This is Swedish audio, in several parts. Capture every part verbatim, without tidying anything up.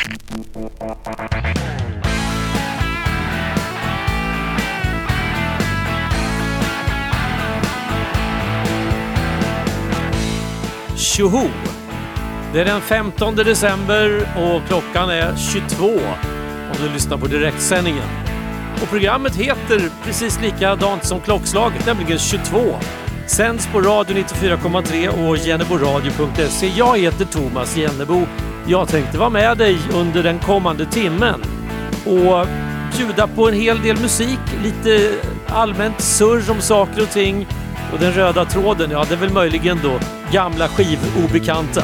Tjoho! Det är den femtonde december och klockan är tjugotvå om du lyssnar på direktsändningen. Och programmet heter precis likadant som klockslaget, nämligen tjugotvå. Sänds på Radio nittiofyra komma tre och jenneboradio punkt se. Jag heter Thomas Jennebo. Jag tänkte vara med dig under den kommande timmen och bjuda på en hel del musik, lite allmänt surr om saker och ting. Och den röda tråden, ja det är väl möjligen då gamla skivobekanta.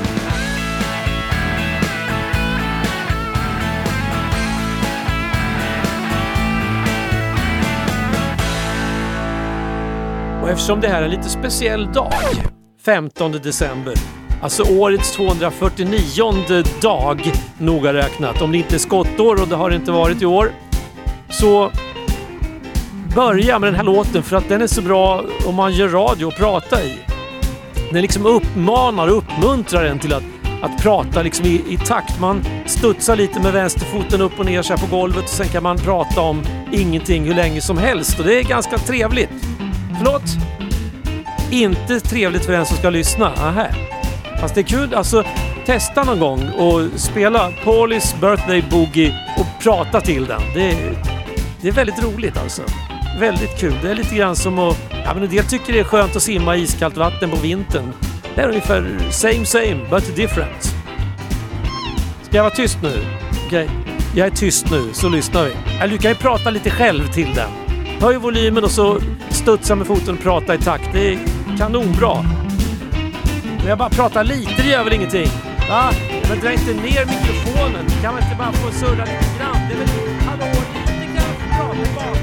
Och eftersom det här är en lite speciell dag, femtonde december, alltså årets tvåhundrafyrtionionde dag noga räknat, om det inte är skottår och det har det inte varit i år, så börja med den här låten för att den är så bra om man gör radio och prata i. Den liksom uppmanar och uppmuntrar en till att, att prata liksom i, i takt. Man studsar lite med vänsterfoten upp och ner så här på golvet och sen kan man prata om ingenting hur länge som helst. Och det är ganska trevligt. Förlåt? Inte trevligt för den som ska lyssna. Aha. Fast det är kul. Alltså, testa någon gång och spela Paulis Birthday Boogie och prata till den. Det är, det är väldigt roligt alltså. Väldigt kul. Det är lite grann som att... Ja, men en del tycker det är skönt att simma i iskallt vatten på vintern. Det är ungefär same same, but different. Ska jag vara tyst nu? Okej. Okay. Jag är tyst nu, så lyssnar vi. Eller du kan ju prata lite själv till den. Höj volymen och så studsa med foten och prata i takt. Det är kanonbra. Men jag bara pratar lite, det gör väl ingenting. Va? Men dra inte ner mikrofonen. Kan man inte bara få surra lite grann? Det är väl... Hallå, lite grann för prata i bakgrunden.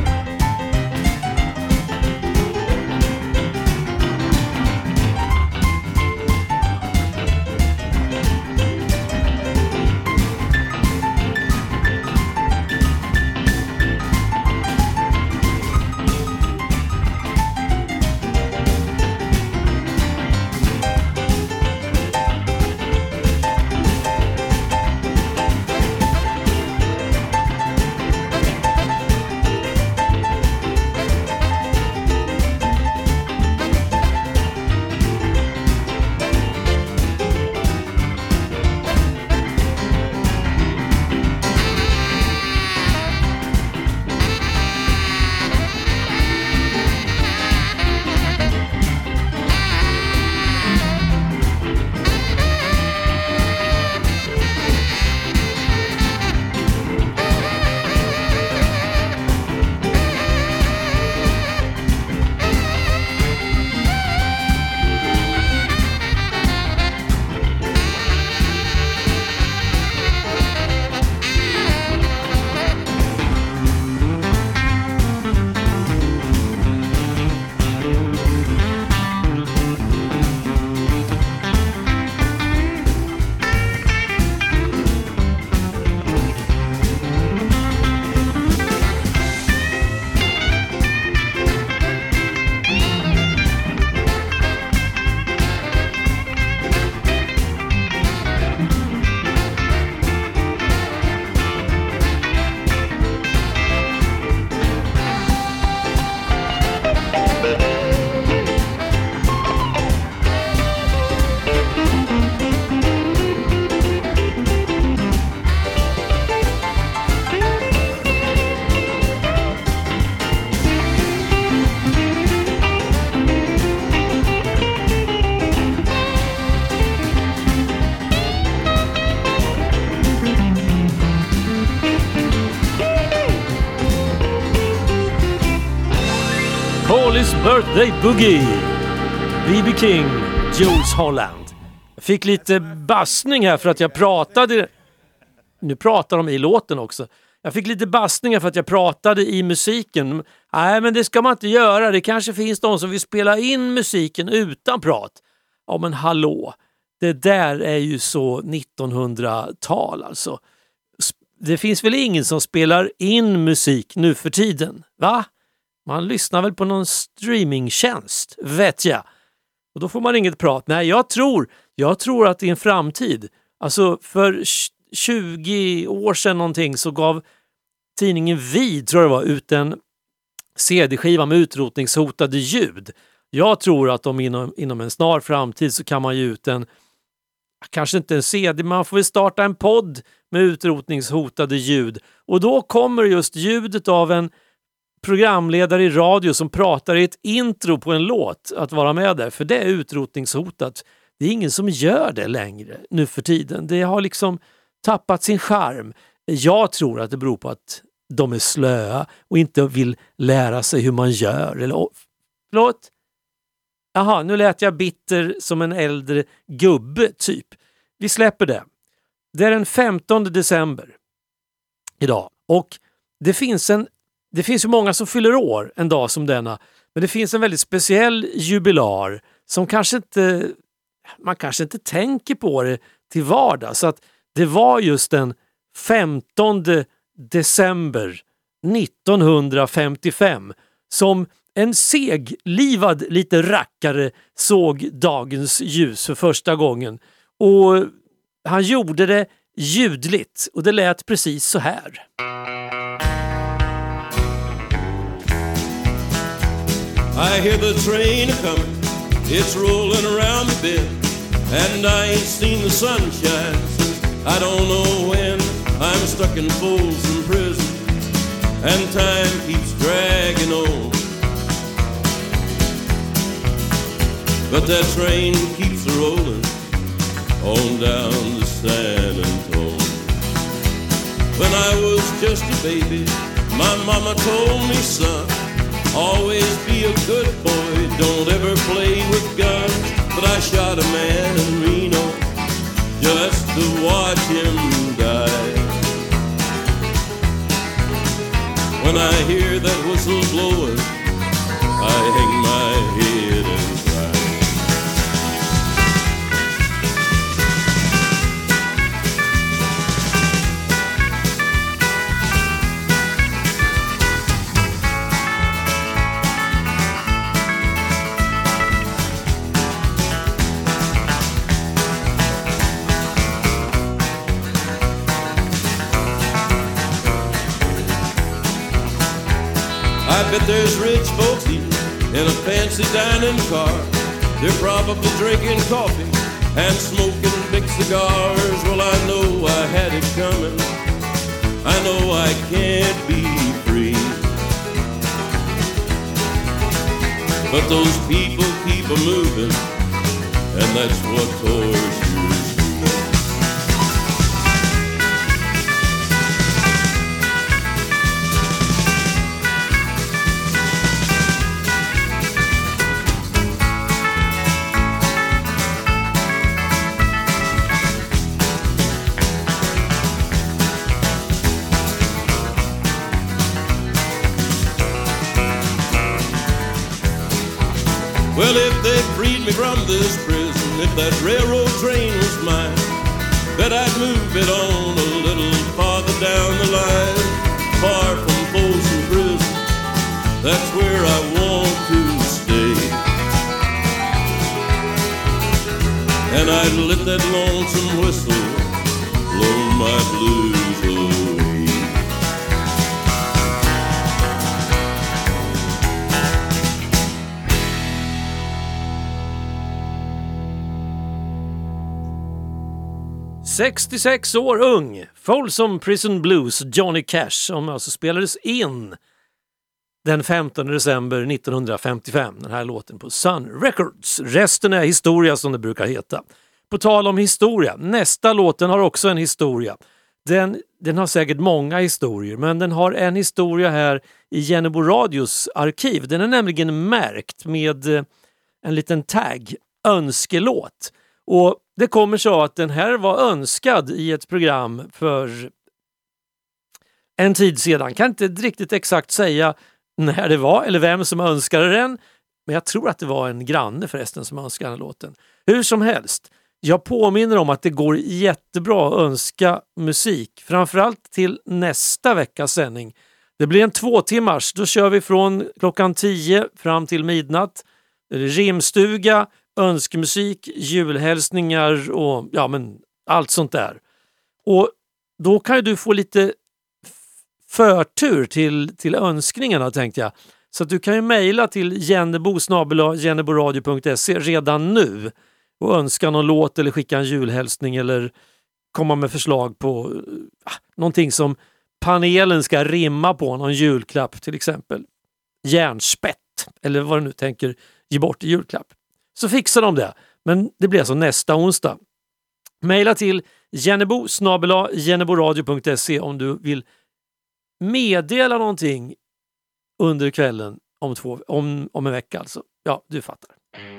Paulis Birthday Boogie, B B King, Jules Holland. Jag fick lite bassning här för att jag pratade. Nu pratar de i låten också. Jag fick lite bassningar för att jag pratade i musiken. Nej, men det ska man inte göra. Det kanske finns de som vill spela in musiken utan prat. Ja, men hallå. Det där är ju så nittonhundratal alltså. Det finns väl ingen som spelar in musik nu för tiden, va? Man lyssnar väl på någon streamingtjänst, vet jag. Och då får man inget prat. Nej, jag tror, jag tror att i en framtid, alltså för tjugo år sedan någonting så gav tidningen Vid, tror jag det var, ut en C D-skiva med utrotningshotade ljud. Jag tror att de inom, inom en snar framtid så kan man ge ut en, kanske inte en C D, man får väl starta en podd med utrotningshotade ljud. Och då kommer just ljudet av en programledare i radio som pratar i ett intro på en låt att vara med där. För det är utrotningshotat. Det är ingen som gör det längre nu för tiden. Det har liksom tappat sin charm. Jag tror att det beror på att de är slöa och inte vill lära sig hur man gör. Eller, förlåt? Jaha, nu lät jag bitter som en äldre gubbe typ. Vi släpper det. Det är den femtonde december idag. Och det finns en det finns ju många som fyller år en dag som denna. Men det finns en väldigt speciell jubilar som kanske inte man kanske inte tänker på det till vardag. Så att det var just den femtonde december nittonhundrafemtiofem som en seglivad lite rackare såg dagens ljus för första gången. Och han gjorde det ljudligt och det lät precis så här. I hear the train a-comin', it's rollin' around the bend, and I ain't seen the sunshine since I don't know when. I'm stuck in Folsom Prison, and time keeps dragging on. But that train keeps a-rollin' on down to San Antone. When I was just a baby, my mama told me, son, always be a good boy, don't ever play with guns. But I shot a man in Reno just to watch him die. When I hear that whistle blowing, I hang my head and cry. I bet there's rich folks eating in a fancy dining car. They're probably drinking coffee and smoking big cigars. Well, I know I had it coming. I know I can't be free. But those people keep a moving, and that's what tortures me. Well, if they freed me from this prison, if that railroad train was mine, bet I'd move it on a little farther down the line, far from Folsom Prison. That's where I want to stay. And I'd let that lonesome whistle blow my blues away. sextiosex år ung, Folsom Prison Blues, Johnny Cash, som alltså spelades in den femtonde december nittonhundrafemtiofem. Den här låten på Sun Records. Resten är historia, som det brukar heta. På tal om historia, nästa låten har också en historia. Den, den har säkert många historier, men den har en historia här i Jennebo Radios arkiv. Den är nämligen märkt med en liten tagg, önskelåt. Och det kommer så att den här var önskad i ett program för en tid sedan. Kan inte riktigt exakt säga när det var eller vem som önskade den. Men jag tror att det var en granne förresten som önskade den låten. Hur som helst, jag påminner om att det går jättebra att önska musik. Framförallt till nästa veckas sändning. Det blir en två timmars. Då kör vi från klockan tio fram till midnatt. Rimstuga, önskemusik, julhälsningar och ja, men allt sånt där. Och då kan ju du få lite förtur till, till önskningarna, tänkte jag. Så att du kan ju mejla till jennebo snabel-a jenneboradio punkt se redan nu och önska någon låt eller skicka en julhälsning eller komma med förslag på ah, någonting som panelen ska rimma på, någon julklapp till exempel. Järnspett eller vad du nu tänker ge bort i julklapp. Så fixar de det. Men det blir alltså nästa onsdag. Maila till jennebo snabel-a jenneboradio punkt se om du vill meddela någonting under kvällen om, två, om, om en vecka alltså. Ja, du fattar.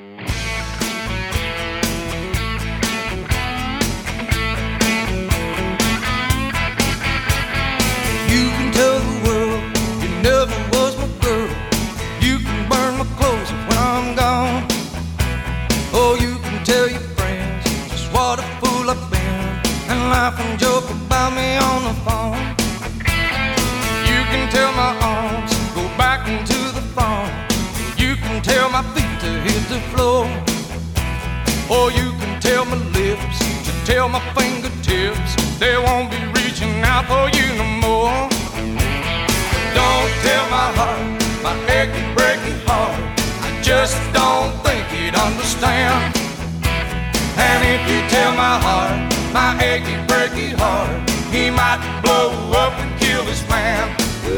You can tell the world you never was my girl. You can burn my clothes when I'm gone. Oh, you can tell your friends just what a fool I've been and laugh and joke about me on the phone. You can tell my arms go back into the phone. You can tell my feet to hit the floor. Or you can tell my lips to tell my fingertips they won't be reaching out for you no more. Don't tell my heart, my achy, breaky heart, I just don't think he'd understand. And if you tell my heart, my achy, breaky heart, he might blow up and kill this man.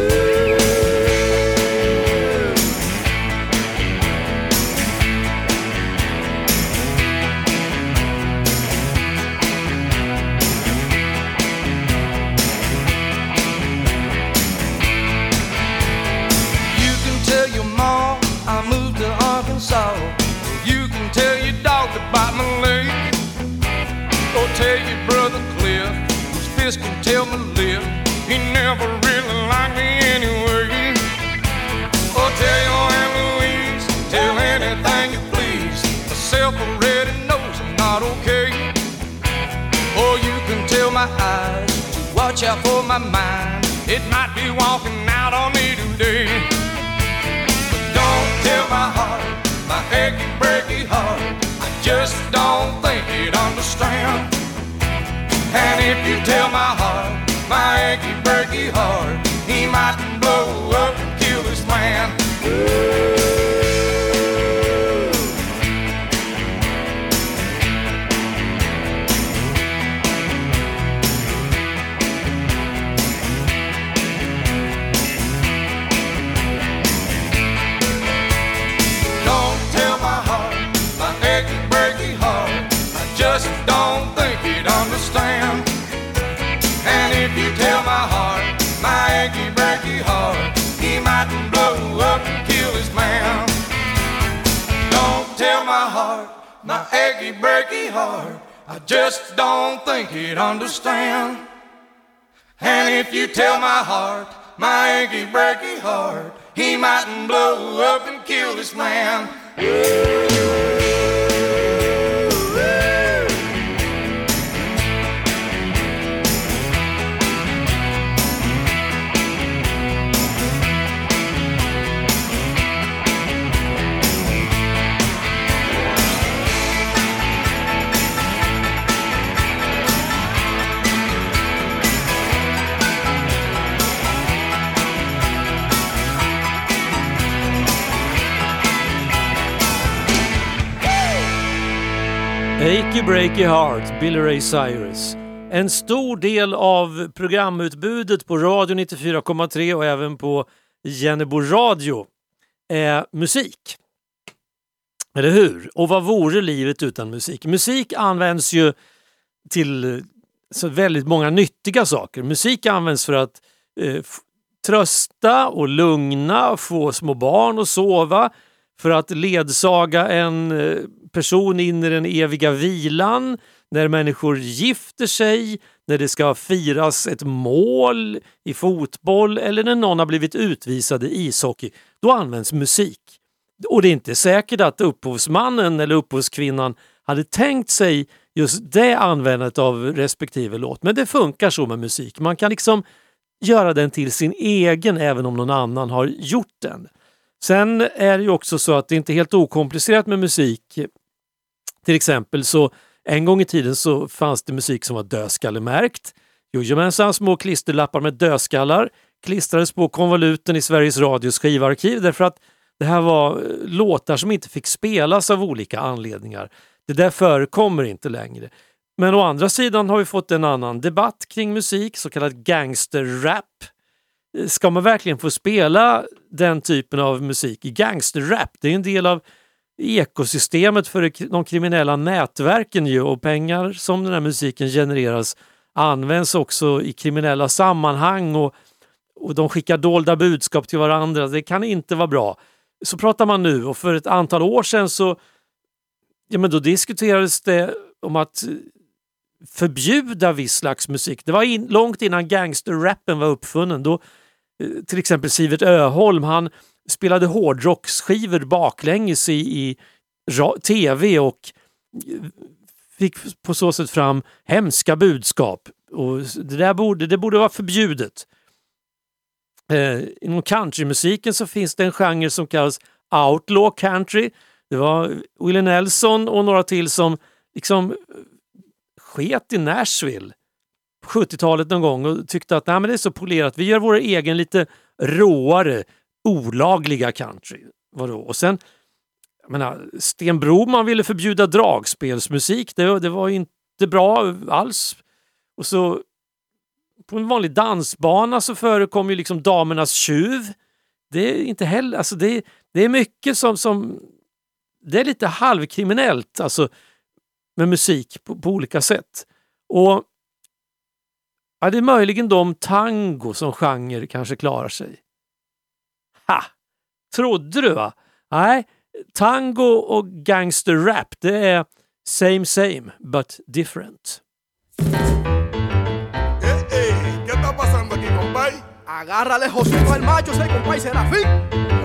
I moved to Arkansas. You can tell your dog to bite my leg. Or tell your brother Cliff, whose fist can tell my lip, he never really liked me anyway. Or tell your Aunt Louise, tell anything you please, myself already knows I'm not okay. Or you can tell my eyes to watch out for my mind, it might be walking out on me today. Don't tell my heart, my achy, breaky heart, I just don't think he'd understand. And if you tell my heart, my achy, breaky heart, he might blow up and kill this man. Just don't think he'd understand. And if you tell my heart, my achy, breaky heart, he might blow up and kill his man. Don't tell my heart, my achy, breaky heart, I just don't think he'd understand. And if you tell my heart, my achy, breaky heart, he might blow up and kill this man. Achy Breaky Heart, Billy Ray Cyrus. En stor del av programutbudet på Radio nittiofyra komma tre och även på Jennebo Radio är musik. Eller hur? Och vad vore livet utan musik? Musik används ju till så väldigt många nyttiga saker. Musik används för att eh, f- trösta och lugna, få små barn att sova, för att ledsaga en eh, person in i den eviga vilan, när människor gifter sig, när det ska firas ett mål i fotboll eller när någon har blivit utvisad i ishockey. Då används musik. Och det är inte säkert att upphovsmannen eller upphovskvinnan hade tänkt sig just det användandet av respektive låt. Men det funkar så med musik. Man kan liksom göra den till sin egen även om någon annan har gjort den. Sen är det ju också så att det inte är helt okomplicerat med musik. Till exempel så en gång i tiden så fanns det musik som var dödskallemärkt. Jojomensan, små klisterlappar med dödskallar klistrades på konvoluten i Sveriges Radios skivarkiv därför att det här var låtar som inte fick spelas av olika anledningar. Det där förekommer inte längre. Men å andra sidan har vi fått en annan debatt kring musik, så kallad gangsterrap. Ska man verkligen få spela den typen av musik i gangsterrap? Det är en del av ekosystemet för de kriminella nätverken ju, och pengar som den här musiken genereras används också i kriminella sammanhang och, och de skickar dolda budskap till varandra. Det kan inte vara bra. Så pratar man nu, och för ett antal år sedan så ja, men då diskuterades det om att förbjuda viss slags musik. Det var in, långt innan gangsterrappen var uppfunnen. Då, till exempel Sivert Öholm, han spelade hårdrocksskivor baklänges i, i ra, tv och fick på så sätt fram hemska budskap. Och det där borde, det borde vara förbjudet. Eh, inom countrymusiken så finns det en genre som kallas outlaw country. Det var Willie Nelson och några till som liksom sket i Nashville på sjuttiotalet någon gång och tyckte att nej, men det är så polerat. Vi gör vår egen lite råare, olagliga country. Vadå? Och sen, jag menar, Sten Broman ville förbjuda dragspelsmusik. Det, det var inte bra alls. Och så på en vanlig dansbana så förekom ju liksom Damernas tjuv. Det är inte heller, alltså det, det är mycket som, som det är lite halvkriminellt alltså med musik på, på olika sätt. Och ja, det är möjligen de tango som genre kanske klarar sig. Ha! Trodde du va? Nej, tango och gangsterrap, det är same same but different. Eh, eh, ¿qué está pasando aquí, compay? Agárrale, Josito el macho, ese compay Serafín.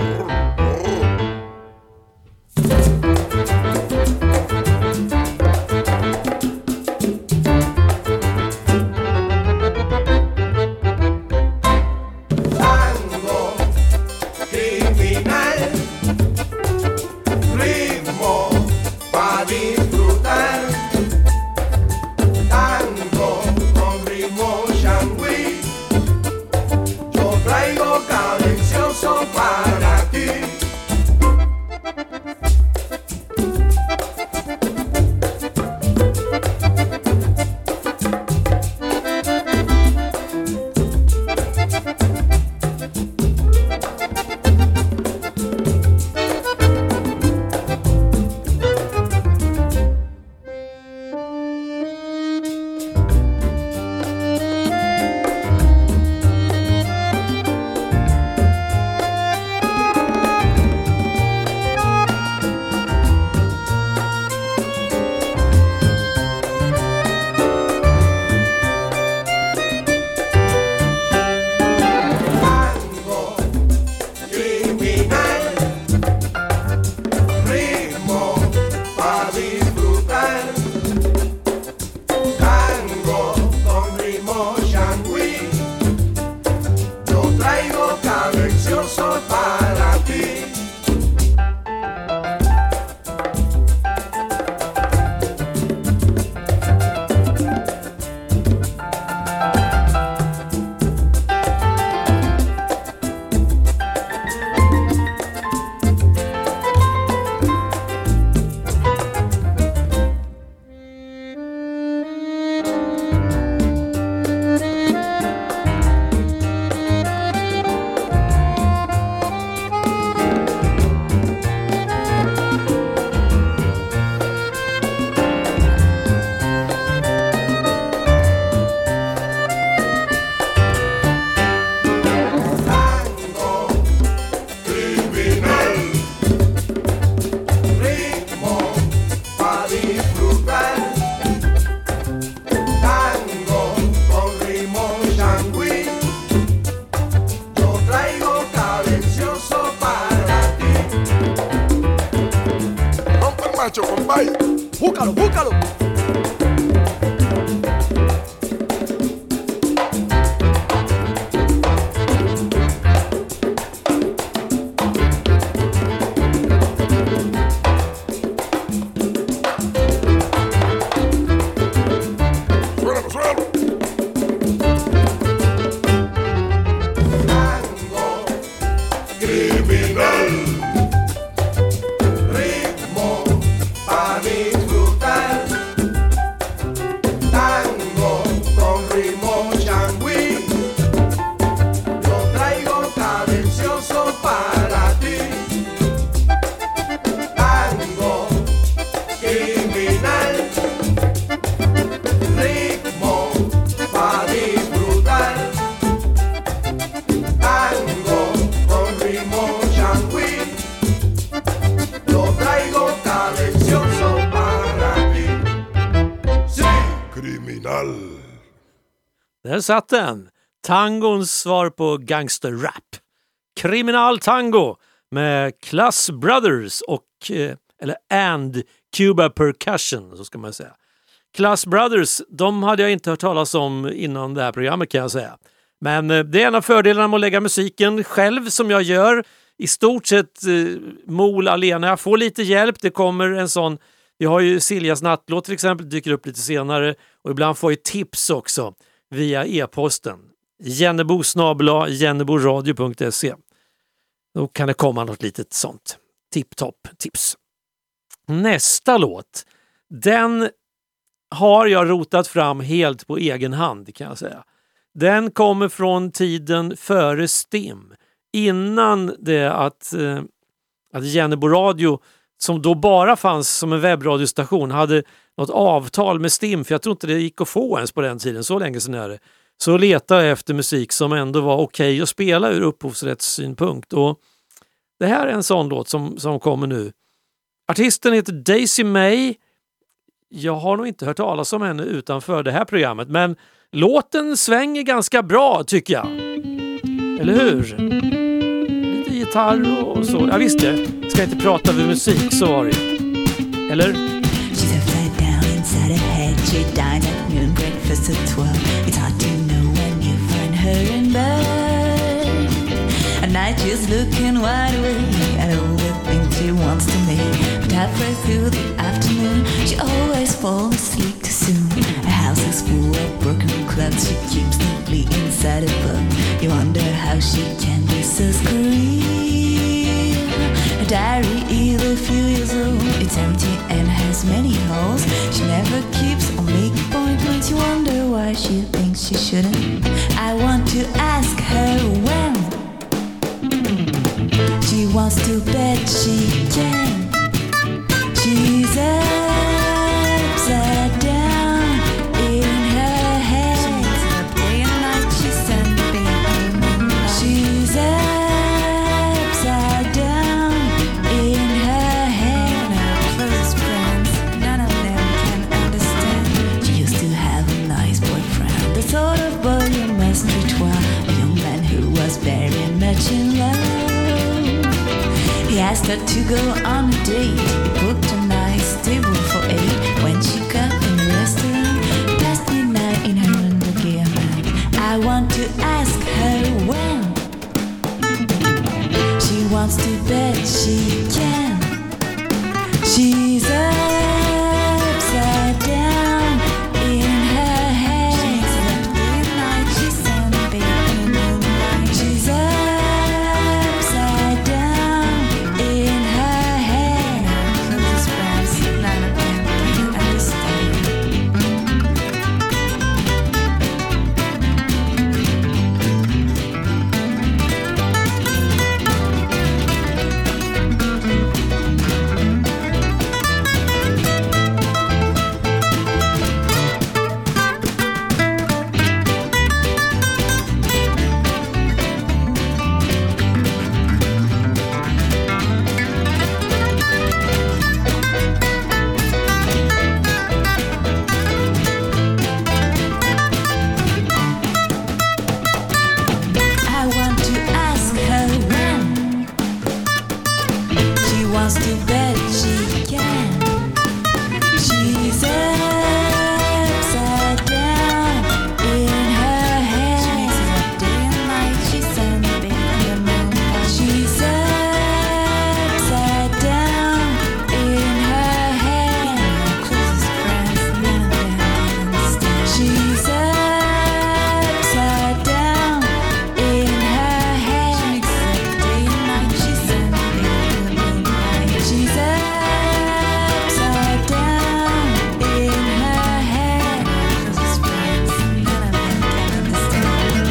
Búscalo, búscalo. Suélalo, suélalo. Där satt den. Tangons svar på gangsterrap. Kriminal tango med Class Brothers och eller and Cuba Percussion, så ska man säga. Class Brothers, de hade jag inte hört talas om innan det här programmet, kan jag säga. Men det är en av fördelarna med att lägga musiken själv, som jag gör i stort sett eh, mol alena. Jag får lite hjälp, det kommer en sån. Vi har ju Siljas nattlåt till exempel, dyker upp lite senare, och ibland får jag tips också via e-posten. Jennebo snabel-a jenneboradio punkt se. Då kan det komma något litet sånt tipptopp tips. Nästa låt, den har jag rotat fram helt på egen hand, kan jag säga. Den kommer från tiden före Stim. Innan det att, eh, att Jennebo Radio, som då bara fanns som en webbradiostation, hade något avtal med Stim, för jag tror inte det gick att få ens på den tiden, så länge sedan är det. Så letade jag efter musik som ändå var okej okay att spela ur upphovsrättssynpunkt. Och det här är en sån låt som, som kommer nu. Artisten heter Daisy May. Jag har nog inte hört talas om henne utanför det här programmet, men låten svänger ganska bra, tycker jag. Eller hur? Lite gitarr och så. Ja visst det. Ska inte prata över musik, så var det. Eller? She's upside down inside her head. She dined at noon, breakfast at twelve. It's hard to know when you find her in bed. At night she's looking wide awake at all the things she wants to make. But halfway through the afternoon, she always falls asleep too soon. Her house is full of broken clocks she keeps neatly inside a book. You wonder how she can be so scream. Her diary is a few years old. It's empty and has many holes. She never keeps or makes appointments. You wonder why she thinks she shouldn't. I want to ask her when she wants to bet she can. She's upside down in her head. She's up day and night, she's sunbathing. She's upside down in her head. Her closest friends, none of them can understand. She used to have a nice boyfriend, the sort of boy you must retwire. A young man who was very much in love. He asked her to go on a date. He booked a nice table for eight. When she got in the restaurant, past midnight in her undergarment. I want to ask her when she wants to bet she can. She's upside down in her head. She's up day and night, she's sunbathing in the night. She's upside down in her head. Her closest friends, none of them can understand. I want to ask her when she wants to bet she can. She's upside down in her head. She mixes up day and night. She's sunbathing in the moonlight. She's upside down in her head. Her closest friends, none of them can understand. She's upside down in her head. She mixes up day and night. She's sunbathing in the moonlight. She's upside down in her head. Her closest friends, none of them can understand.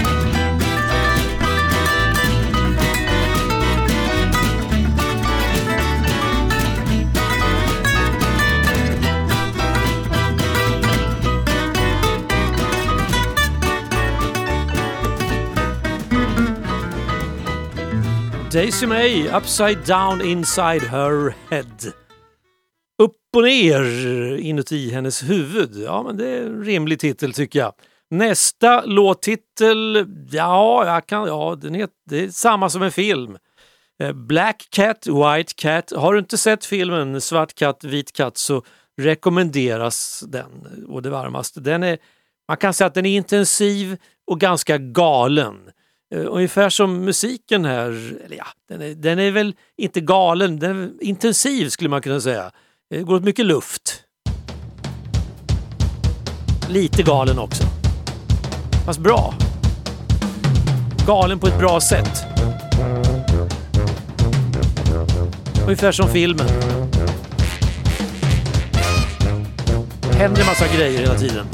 Daisy May, Upside Down Inside Her Head. Upp och ner inuti hennes huvud. Ja, men det är en rimlig titel tycker jag. Nästa låttitel, ja, jag kan, ja den är, det är samma som en film. Black Cat, White Cat. Har du inte sett filmen Svart katt, vit katt så rekommenderas den och det varmaste. Den är, man kan säga att den är intensiv och ganska galen. Uh, ungefär som musiken här, eller ja, den är, den är väl inte galen, den är intensiv skulle man kunna säga. Det går åt mycket luft. Lite galen också. Fast bra. Galen på ett bra sätt. Ungefär som filmen. Händer en massa grejer hela tiden.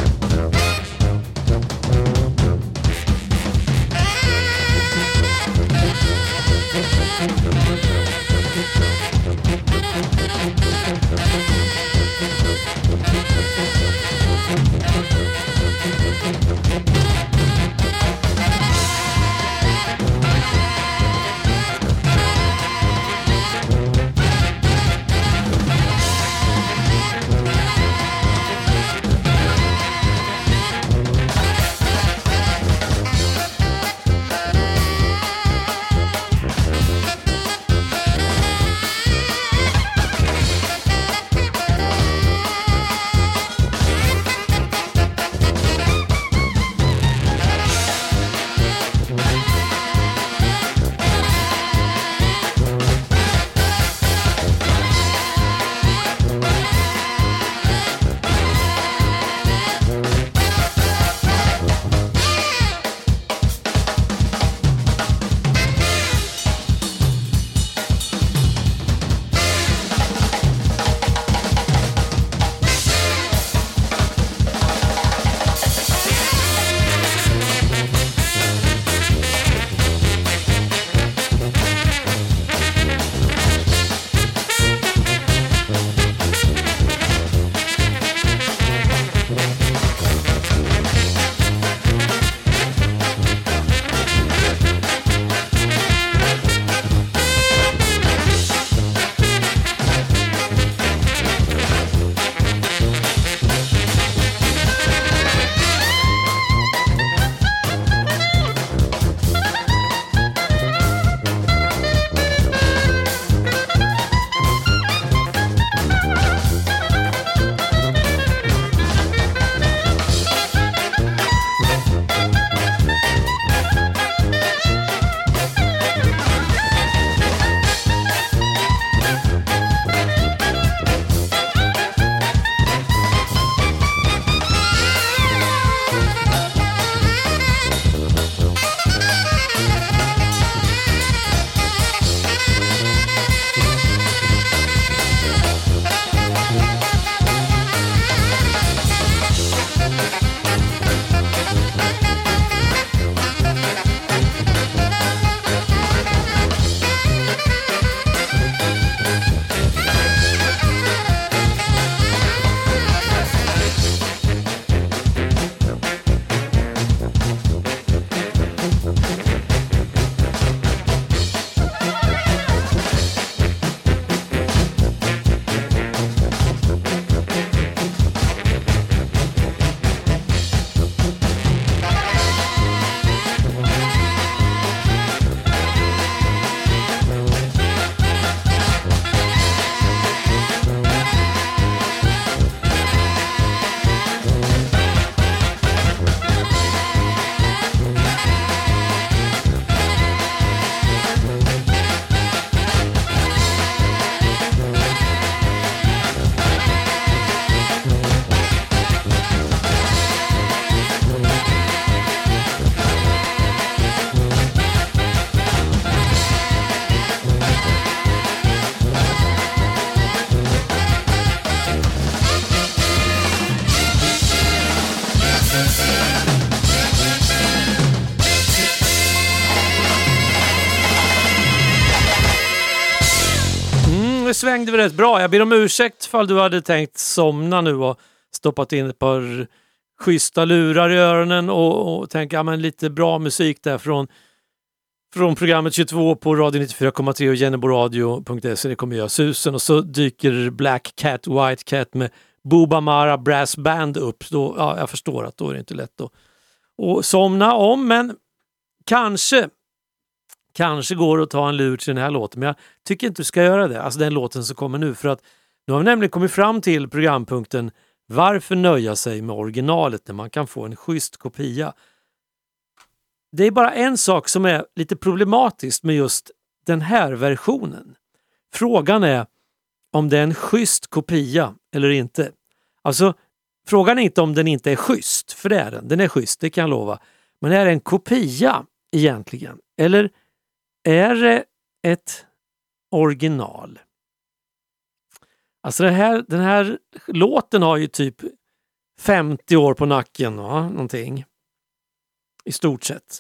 det svängde väl rätt bra. Jag ber om ursäkt för du hade tänkt somna nu och stoppat in ett par schyssta lurar i öronen och, och tänka ja, men lite bra musik där från, från programmet tjugotvå på Radio nittiofyra komma tre och jenneboradio punkt se. Det kommer göra susen och så dyker Black Cat, White Cat med Booba Mara Brass Band upp. Då, ja, jag förstår att då är det inte lätt att, att somna om, men kanske kanske går det att ta en lur till den här låten, men jag tycker inte du ska göra det. Alltså den låten som kommer nu, för att nu har vi nämligen kommit fram till programpunkten varför nöja sig med originalet när man kan få en schysst kopia. Det är bara en sak som är lite problematiskt med just den här versionen. Frågan är om det är en schysst kopia eller inte. Alltså, frågan är inte om den inte är schysst, för det är den. Den är schysst, det kan jag lova. Men är det en kopia egentligen? Eller är det ett original? Alltså det här, den här låten har ju typ femtio år på nacken, va? Någonting. I stort sett.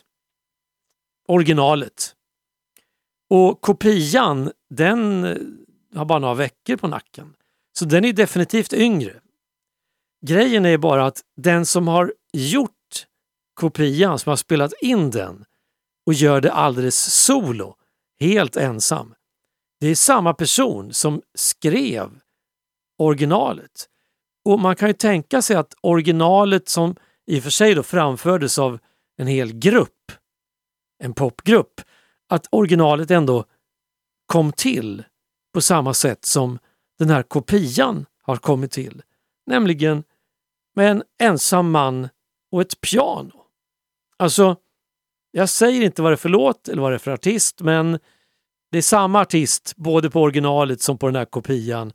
Originalet. Och kopian, den har bara några veckor på nacken. Så den är definitivt yngre. Grejen är bara att den som har gjort kopian, som har spelat in den och gör det alldeles solo, helt ensam. Det är samma person som skrev originalet. Och man kan ju tänka sig att originalet, som i och för sig då framfördes av en hel grupp, en popgrupp, att originalet ändå kom till på samma sätt som den här kopian har kommit till. Nämligen med en ensam man och ett piano. Alltså, jag säger inte vad det är för låt eller vad det är för artist, men det är samma artist både på originalet som på den här kopian.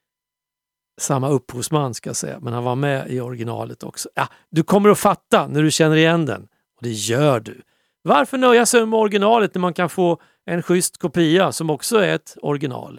Samma upphovsman ska jag säga, men han var med i originalet också. Ja, du kommer att fatta när du känner igen den. Och det gör du. Varför nöja sig med originalet när man kan få en schysst kopia som också är ett original?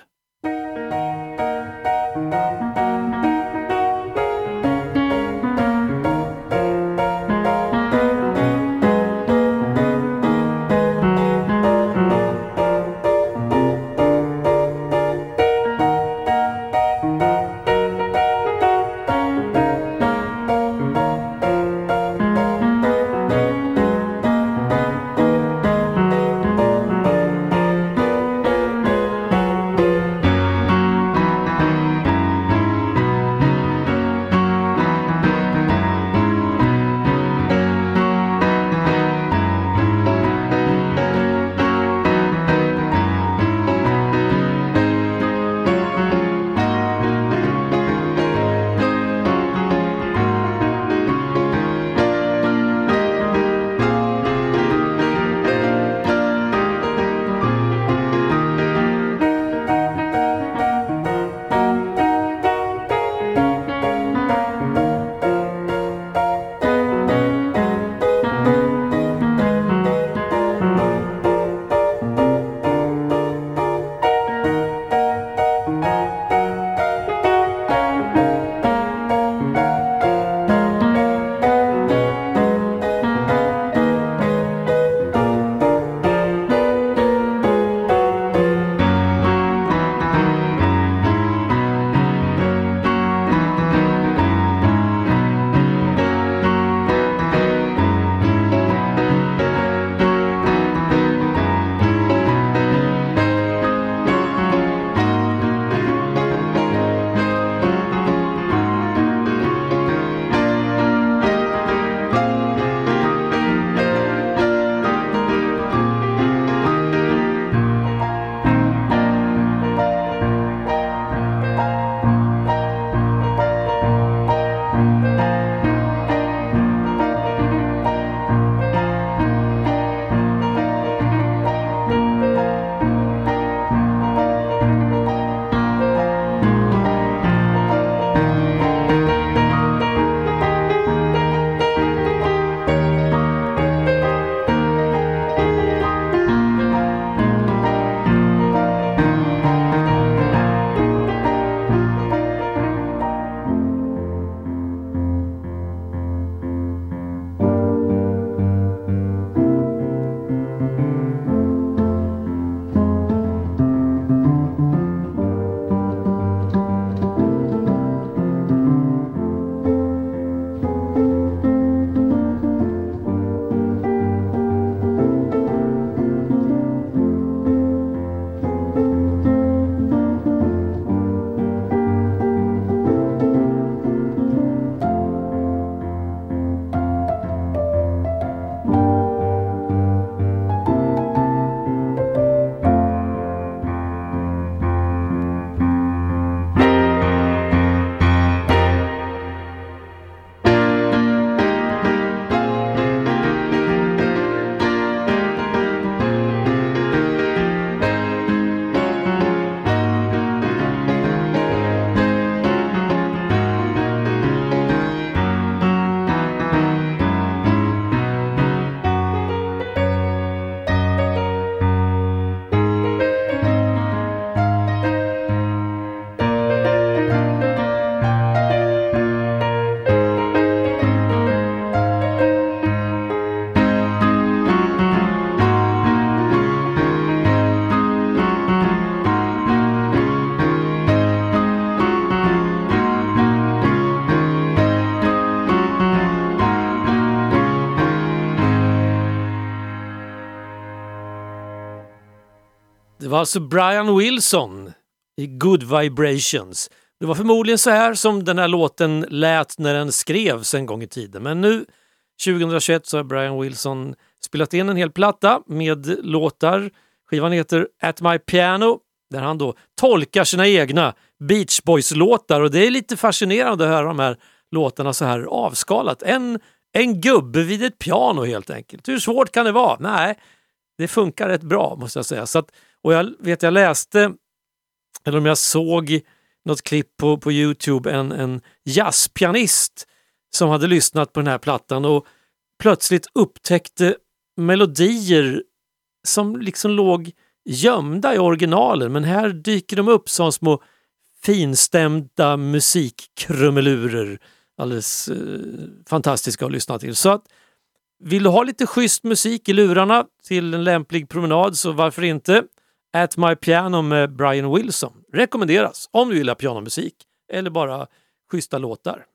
Det var alltså Brian Wilson i Good Vibrations. Det var förmodligen så här som den här låten lät när den skrevs en gång i tiden. Men nu, tjugohundratjugoett, så har Brian Wilson spelat in en hel platta med låtar. Skivan heter At My Piano, där han då tolkar sina egna Beach Boys-låtar. Och det är lite fascinerande att höra de här låtarna så här avskalat. En, en gubbe vid ett piano helt enkelt. Hur svårt kan det vara? Nej, det funkar rätt bra måste jag säga. Så att, och jag vet, jag läste, eller om jag såg något klipp på, på YouTube, en, en jazzpianist som hade lyssnat på den här plattan och plötsligt upptäckte melodier som liksom låg gömda i originalen, men här dyker de upp som små finstämda musikkrumelurer. Alldeles eh, fantastiska att lyssna till. Så att, vill du ha lite schysst musik i lurarna till en lämplig promenad, så varför inte At My Piano med Brian Wilson. Rekommenderas om du gillar pianomusik eller bara schyssta låtar.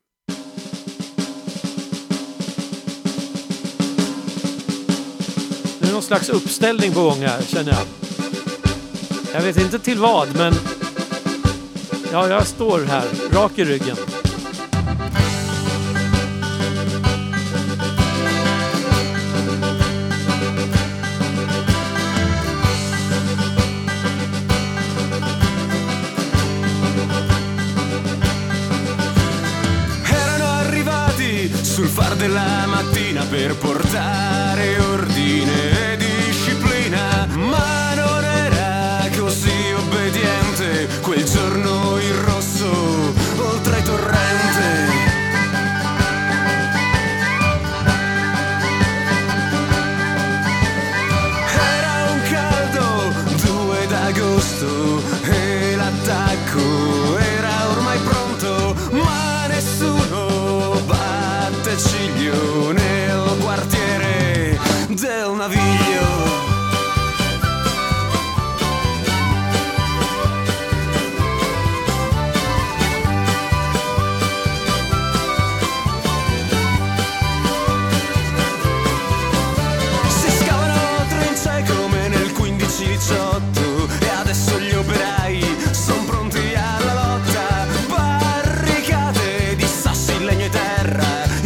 Det är någon slags uppställning på gång här, känner jag. Jag vet inte till vad, men ja, jag står här, rak i ryggen. Sul far della mattina per portare ordine e disciplina, ma non era così obbediente quel giorno il rosso oltre il torrente. Era un caldo due d'agosto e l'attacco era ormai pronto, ma nessuno ciglio nel quartiere del Naviglio. Si scavano trincee come nel quindici diciotto e adesso gli operai son pronti alla lotta, barricate di sassi, legno e terra.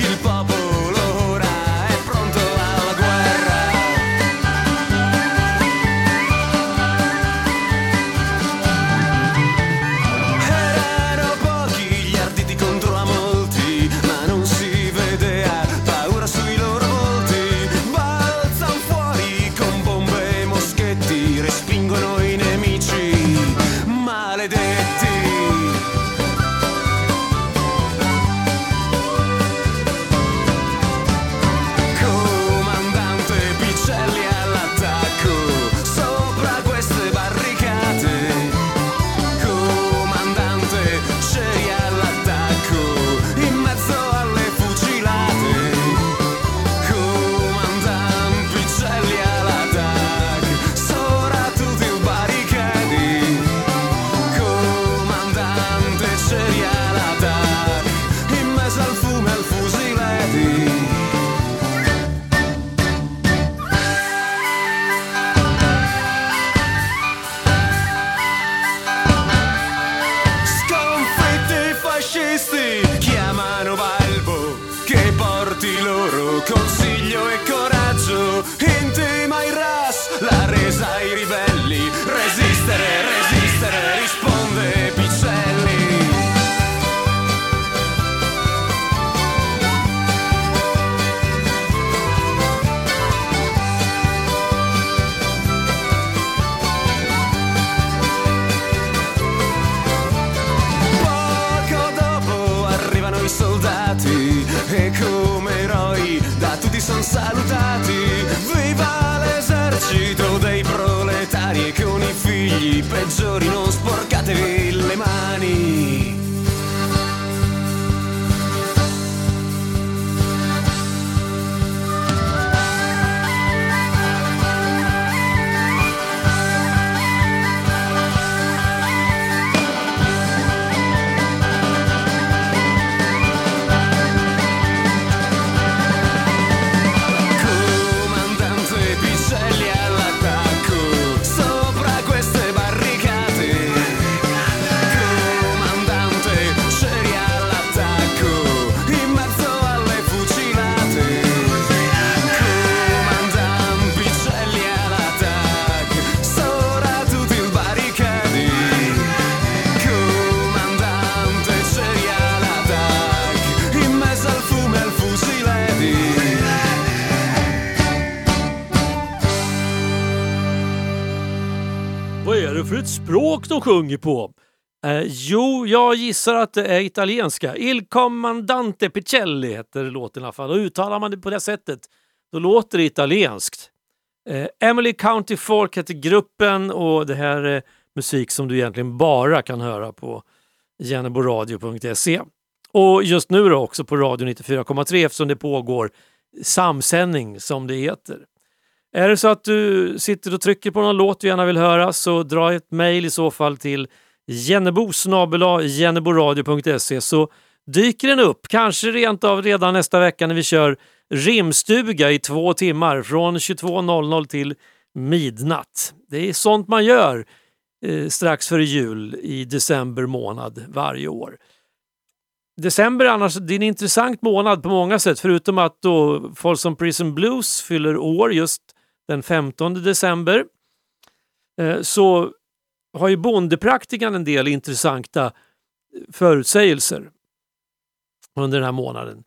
Salutati, viva l'esercito dei proletari e con i figli peggiori non sporcatevi le mani. det för ett språk de sjunger på? Eh, jo, jag gissar att det är italienska. Il Comandante Picelli heter låten i alla fall. Och uttalar man det på det sättet, då låter det italienskt. Eh, Emily County Folk heter gruppen och det här är musik som du egentligen bara kan höra på jenneboradio punkt se. Och just nu då också på Radio nittiofyra komma tre eftersom det pågår samsändning som det heter. Är det så att du sitter och trycker på någon låt du gärna vill höra så dra ett mejl i så fall till jennebo snabel-a jenneboradio punkt se så dyker den upp. Kanske rent av redan nästa vecka när vi kör rimstuga i två timmar från tjugotvå noll noll till midnatt. Det är sånt man gör eh, strax före jul i december månad varje år. December annars, det är en intressant månad på många sätt förutom att då Folsom Prison Blues fyller år just den femtonde december eh, så har ju bondepraktikan en del intressanta förutsägelser under den här månaden.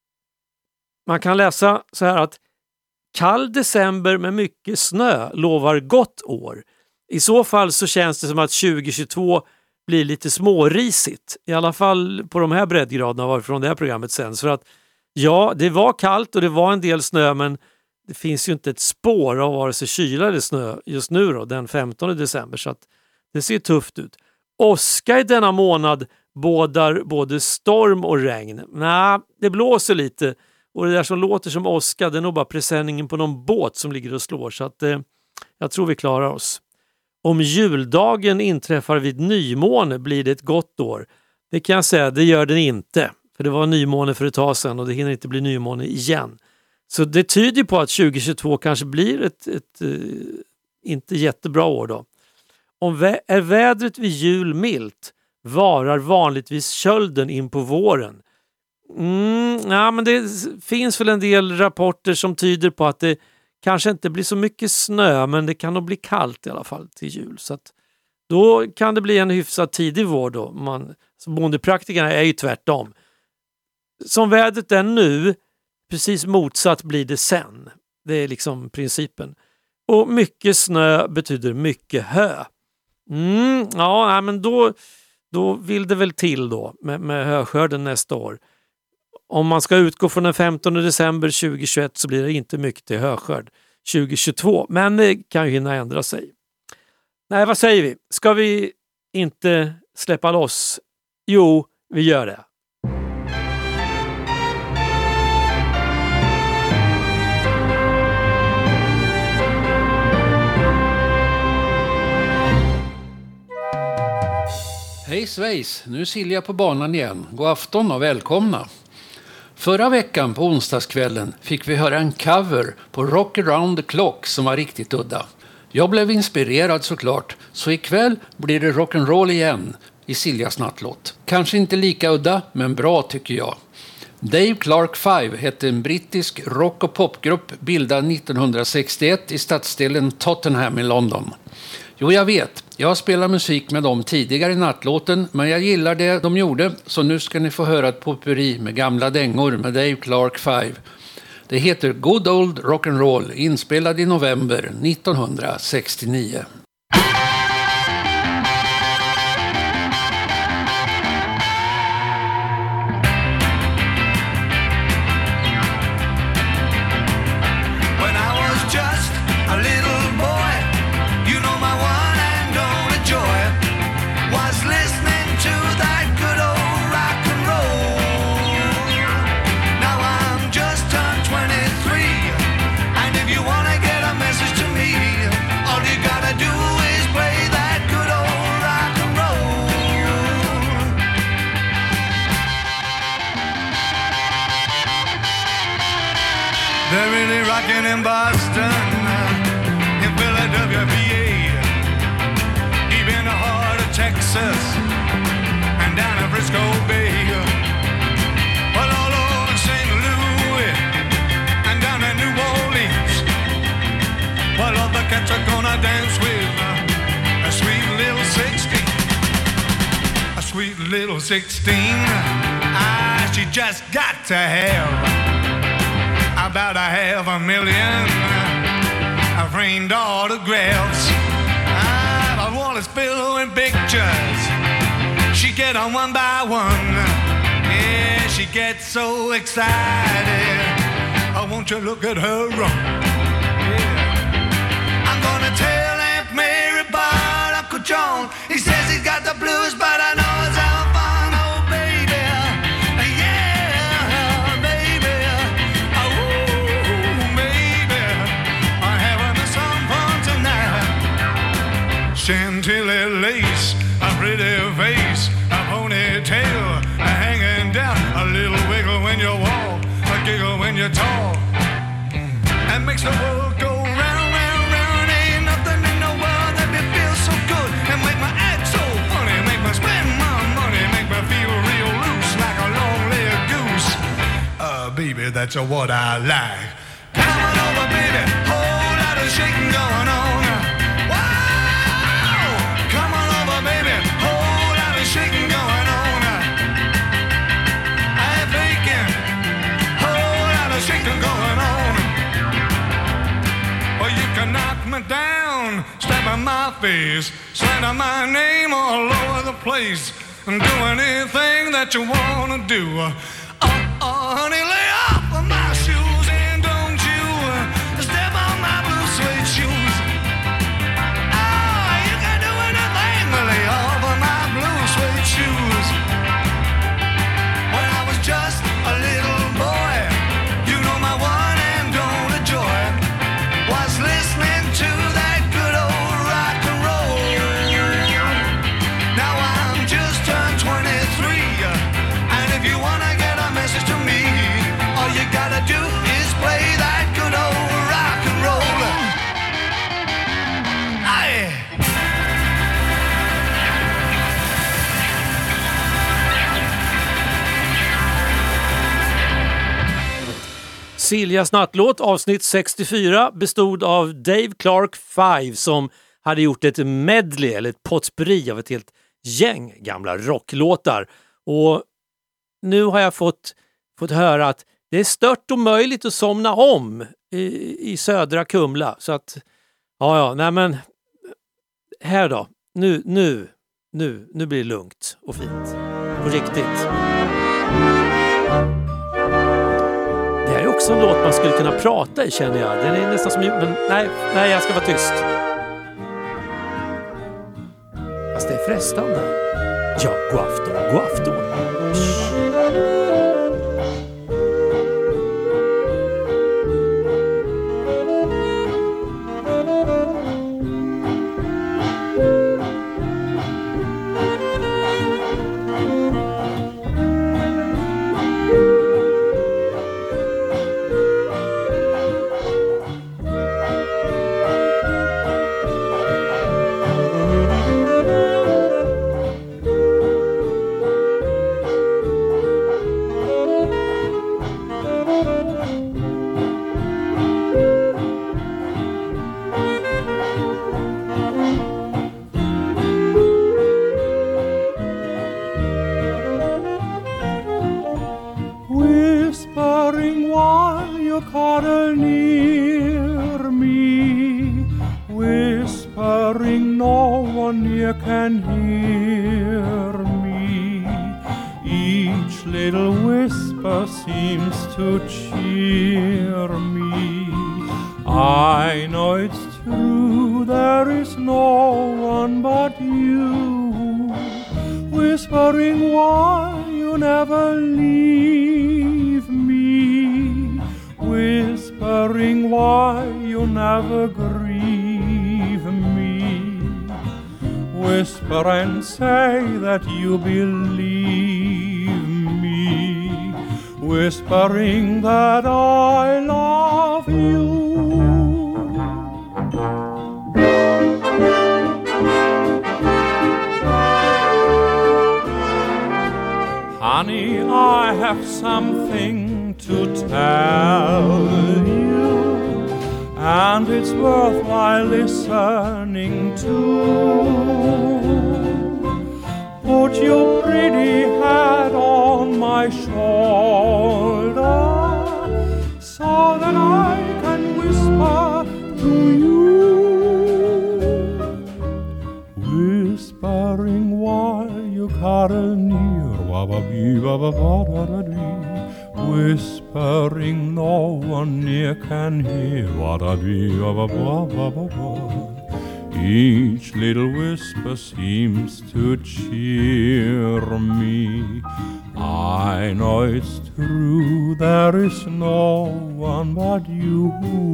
Man kan läsa så här att kall december med mycket snö lovar gott år. I så fall så känns det som att tjugo tjugotvå blir lite smårisigt. I alla fall på de här breddgraderna varifrån det här programmet sänds. För att ja, det var kallt och det var en del snö men det finns ju inte ett spår av vare sig kyla eller snö just nu då, den femtonde december. Så att det ser tufft ut. Åska i denna månad bådar både storm och regn. Nej, det blåser lite. Och det där som låter som åska, det är nog bara presenningen på någon båt som ligger och slår. Så att eh, jag tror vi klarar oss. Om juldagen inträffar vid nymåne blir det ett gott år. Det kan jag säga, det gör den inte. För det var nymåne för ett tag sedan och det hinner inte bli nymåne igen. Så det tyder på att tjugo tjugotvå kanske blir ett, ett, ett inte jättebra år då. Om vä- är vädret vid jul milt varar vanligtvis kölden in på våren. Mm, ja, men det finns väl en del rapporter som tyder på att det kanske inte blir så mycket snö men det kan nog bli kallt i alla fall till jul. Så att då kan det bli en hyfsat tidig vår då. Man, som bondepraktikerna är ju tvärtom. Som vädret är nu, precis motsatt blir det sen. Det är liksom principen. Och mycket snö betyder mycket hö. Mm, ja, men då, då vill det väl till då med, med höskörden nästa år. Om man ska utgå från den femtonde december tjugo tjugoett så blir det inte mycket till höskörd tjugo tjugotvå. Men det kan ju hinna ändra sig. Nej, vad säger vi? Ska vi inte släppa loss? Jo, vi gör det. Hej svejs, nu är Silja på banan igen. God afton och välkomna. Förra veckan på onsdagskvällen fick vi höra en cover på Rock Around the Clock som var riktigt udda. Jag blev inspirerad såklart, så ikväll blir det rock'n'roll igen i Siljas nattlåt. Kanske inte lika udda, men bra tycker jag. Dave Clark Five hette en brittisk rock- och popgrupp bildad nittonhundrasextioett i stadsdelen Tottenham i London. Jo, jag vet. Jag har spelat musik med dem tidigare i nattlåten, men jag gillar det de gjorde, så nu ska ni få höra ett potpurri med gamla dängor med Dave Clark Five. Det heter Good Old Rock'n'Roll, inspelad i november nittonhundrasextionio. They're really rocking in Boston, in Philadelphia, P A, deep in the heart of Texas, and down in Frisco Bay, but all over Saint Louis, and down in New Orleans, well, all the cats are gonna dance with a sweet little sixteen, a sweet little sixteen, ah, she just got to have about a half a million framed autographs. I want to was billowing pictures. She get on one by one. Yeah, she gets so excited. Oh, won't you look at her run? Yeah. I'm gonna tell Aunt Mary about Uncle John. He says he's got the blues, but I know it's how fun. Oh, baby, yeah, baby, oh, baby, I'm having some fun tonight. Chantilly lace, a pretty face, a ponytail hanging down, a little wiggle when you walk, a giggle when you talk, and makes the world go round, round, round. Ain't nothing in the world that me feel so good and make my act so funny, make me spend my money, make me feel real loose like a long-legged goose. Uh, baby, that's uh, what I like. Come on over, baby, whole lot of shaking going on. Wow! Come on over, baby, whole lot of shaking going on. I'm thinking, whole lot of shaking going on. Well, you can knock me down, step in my face, slander my name all over the place, and do anything that you wanna do. Uh, uh, honey, lay off of my shoes and don't you uh, step on my blue suede shoes. Oh, you can do anything, but lay off of my blue suede shoes. When I was just a little boy, you know my one and only joy was listening to that good old rock and roll. Now I'm just turned twenty-three, and if you wanna get a message to me, all you gotta do is play that good old rock and roll. Aye. Siljas nattlåt avsnitt sextiofyra bestod av Dave Clark Five som hade gjort ett medley eller ett potpourri av ett helt gäng gamla rocklåtar. Och nu har jag fått, fått höra att det är stört och möjligt att somna om i, i södra Kumla. Så att, ja ja, nej men här då, nu, nu, nu, nu blir det lugnt och fint. På riktigt. Det här är också en låt man skulle kunna prata i, känner jag. Den är nästan som... Men nej, nej, jag ska vara tyst. Fast det är frestande. Ja, god afton, god afton. You believe me, whispering that I love you. Honey, I have something to tell you, and it's worthwhile listening to. Put your pretty head on my shoulder so that I can whisper to you. whispering no one near can hear. Each little whisper seems to cheer me. I know it's true, there is no one but you,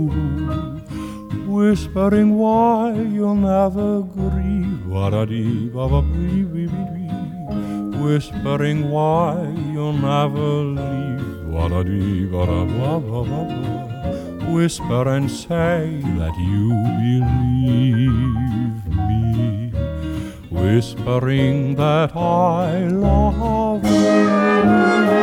whispering why you'll never grieve. Whispering why you'll never leave. Whisper and say that you believe me. Whispering that I love you.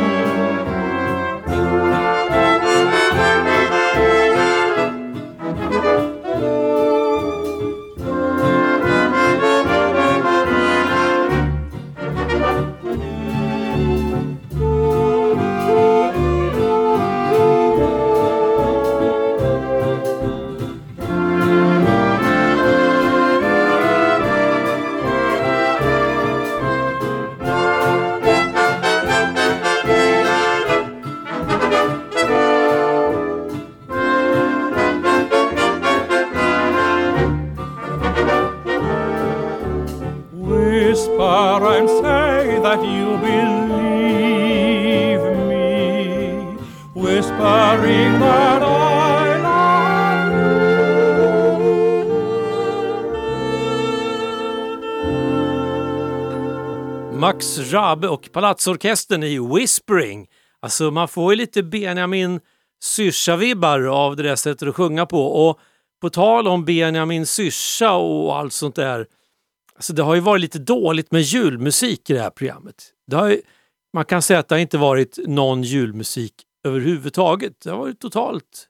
Max Rabe och Palatsorkestern i Whispering. Alltså man får ju lite Benjamin Syrsa-vibbar av det där sättet att sjunga på. Och på tal om Benjamin Syrsa och allt sånt där. Alltså det har ju varit lite dåligt med julmusik i det här programmet. Det har ju, man kan säga att det har inte varit någon julmusik överhuvudtaget. Det har varit totalt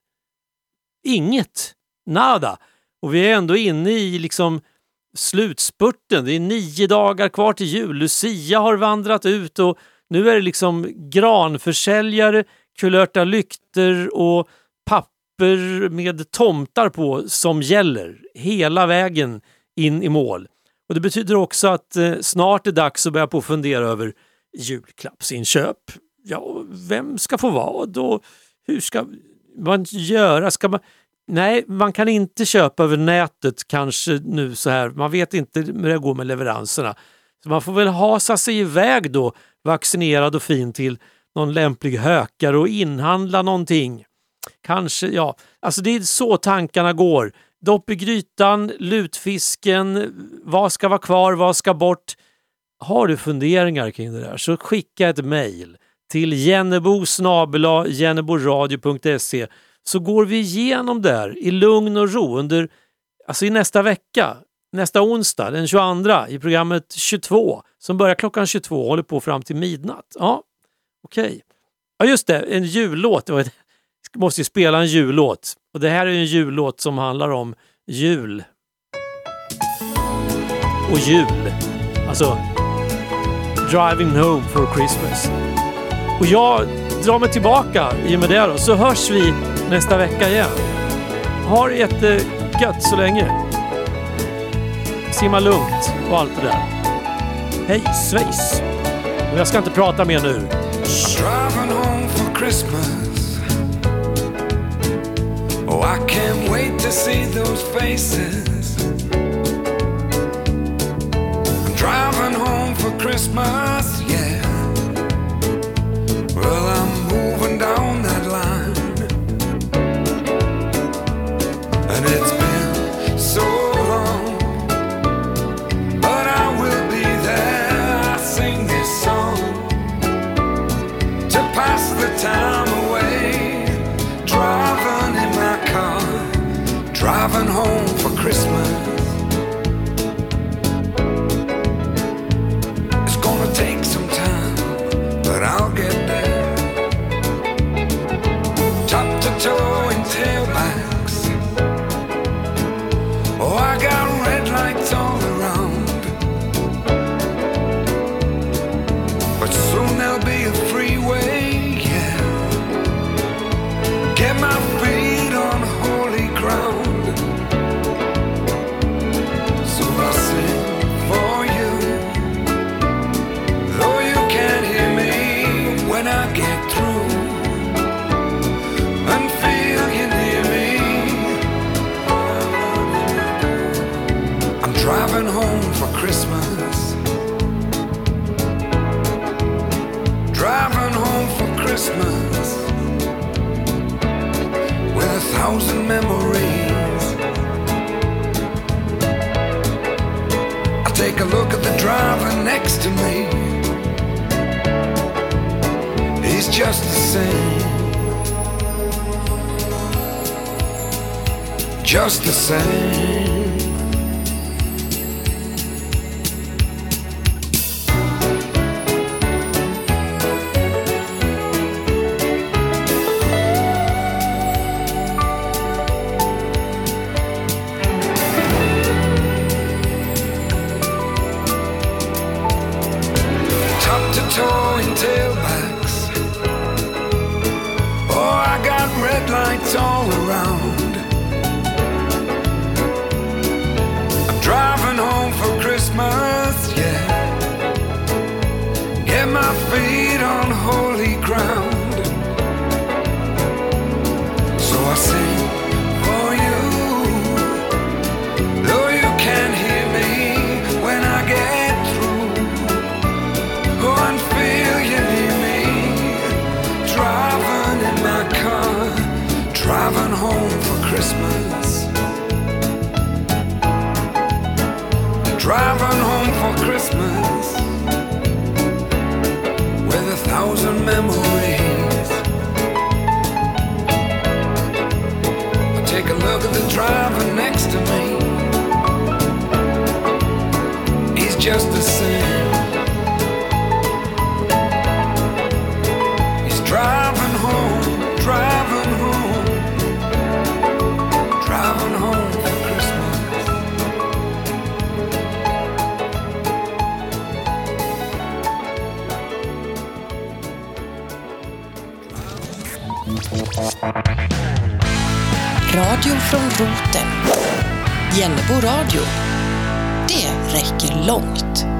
inget. Nada. Och vi är ändå inne i liksom slutspurten. Det är nio dagar kvar till jul. Lucia har vandrat ut och nu är det liksom granförsäljare, kulörta lykter och papper med tomtar på som gäller hela vägen in i mål. Och det betyder också att eh, snart är dags att börja på fundera över julklappsinköp. Ja, vem ska få vad och hur ska man göra? Ska man... Nej, man kan inte köpa över nätet kanske nu så här. Man vet inte hur det går med leveranserna. Så man får väl hasa sig iväg då, vaccinerad och fin till någon lämplig hökare och inhandla någonting. Kanske, ja. Alltså det är så tankarna går. Dopp i grytan, lutfisken, vad ska vara kvar, vad ska bort? Har du funderingar kring det där så skicka ett mejl till jennebo snabel-a jenneboradio punkt se. Så går vi igenom där i lugn och ro under, alltså i nästa vecka, nästa onsdag, den tjugoandra i programmet tjugotvå, som börjar klockan tjugotvå och håller på fram till midnatt. Ja, okej. Okay. Ja just det, en jullåt. Jag måste ju spela en jullåt. Och det här är en jullåt som handlar om jul. Och jul. Alltså, Driving Home for Christmas. Och jag drar mig tillbaka i och med det då, så hörs vi nästa vecka igen. Ha det jättegött så länge. Simma lugnt och allt det där. Hej, svejs. Och jag ska inte prata mer nu. Driving home for Christmas. Oh, I can't wait to see those faces. I'm driving home for Christmas, yeah. Well, I'm moving down that line. And it's been so long, but I will be there. I sing this song to pass the time away. Driving in my car, driving home for Christmas. It's gonna take some time, but I'll get there. Top to toe in tailbacks. Oh, I got red lights all around, but soon there'll be a freeway, yeah. Get my feet on holy ground. thousand memories. I take a look at the driver next to me. He's just the same, just the same. Towing tailbacks. Oh, I got red lights all around. I'm driving home for Christmas, yeah. Get my feet on holy ground. So I sing for you, though you can't hear me when I get through. Go and feel you near me, driving in my car, driving home for Christmas. Driving home for Christmas with a thousand memories. I take a look at the driver next to me. He's just the same. Driving home, driving home, driving home for Christmas. Radio från roten. Jennebo radio. Det räcker långt.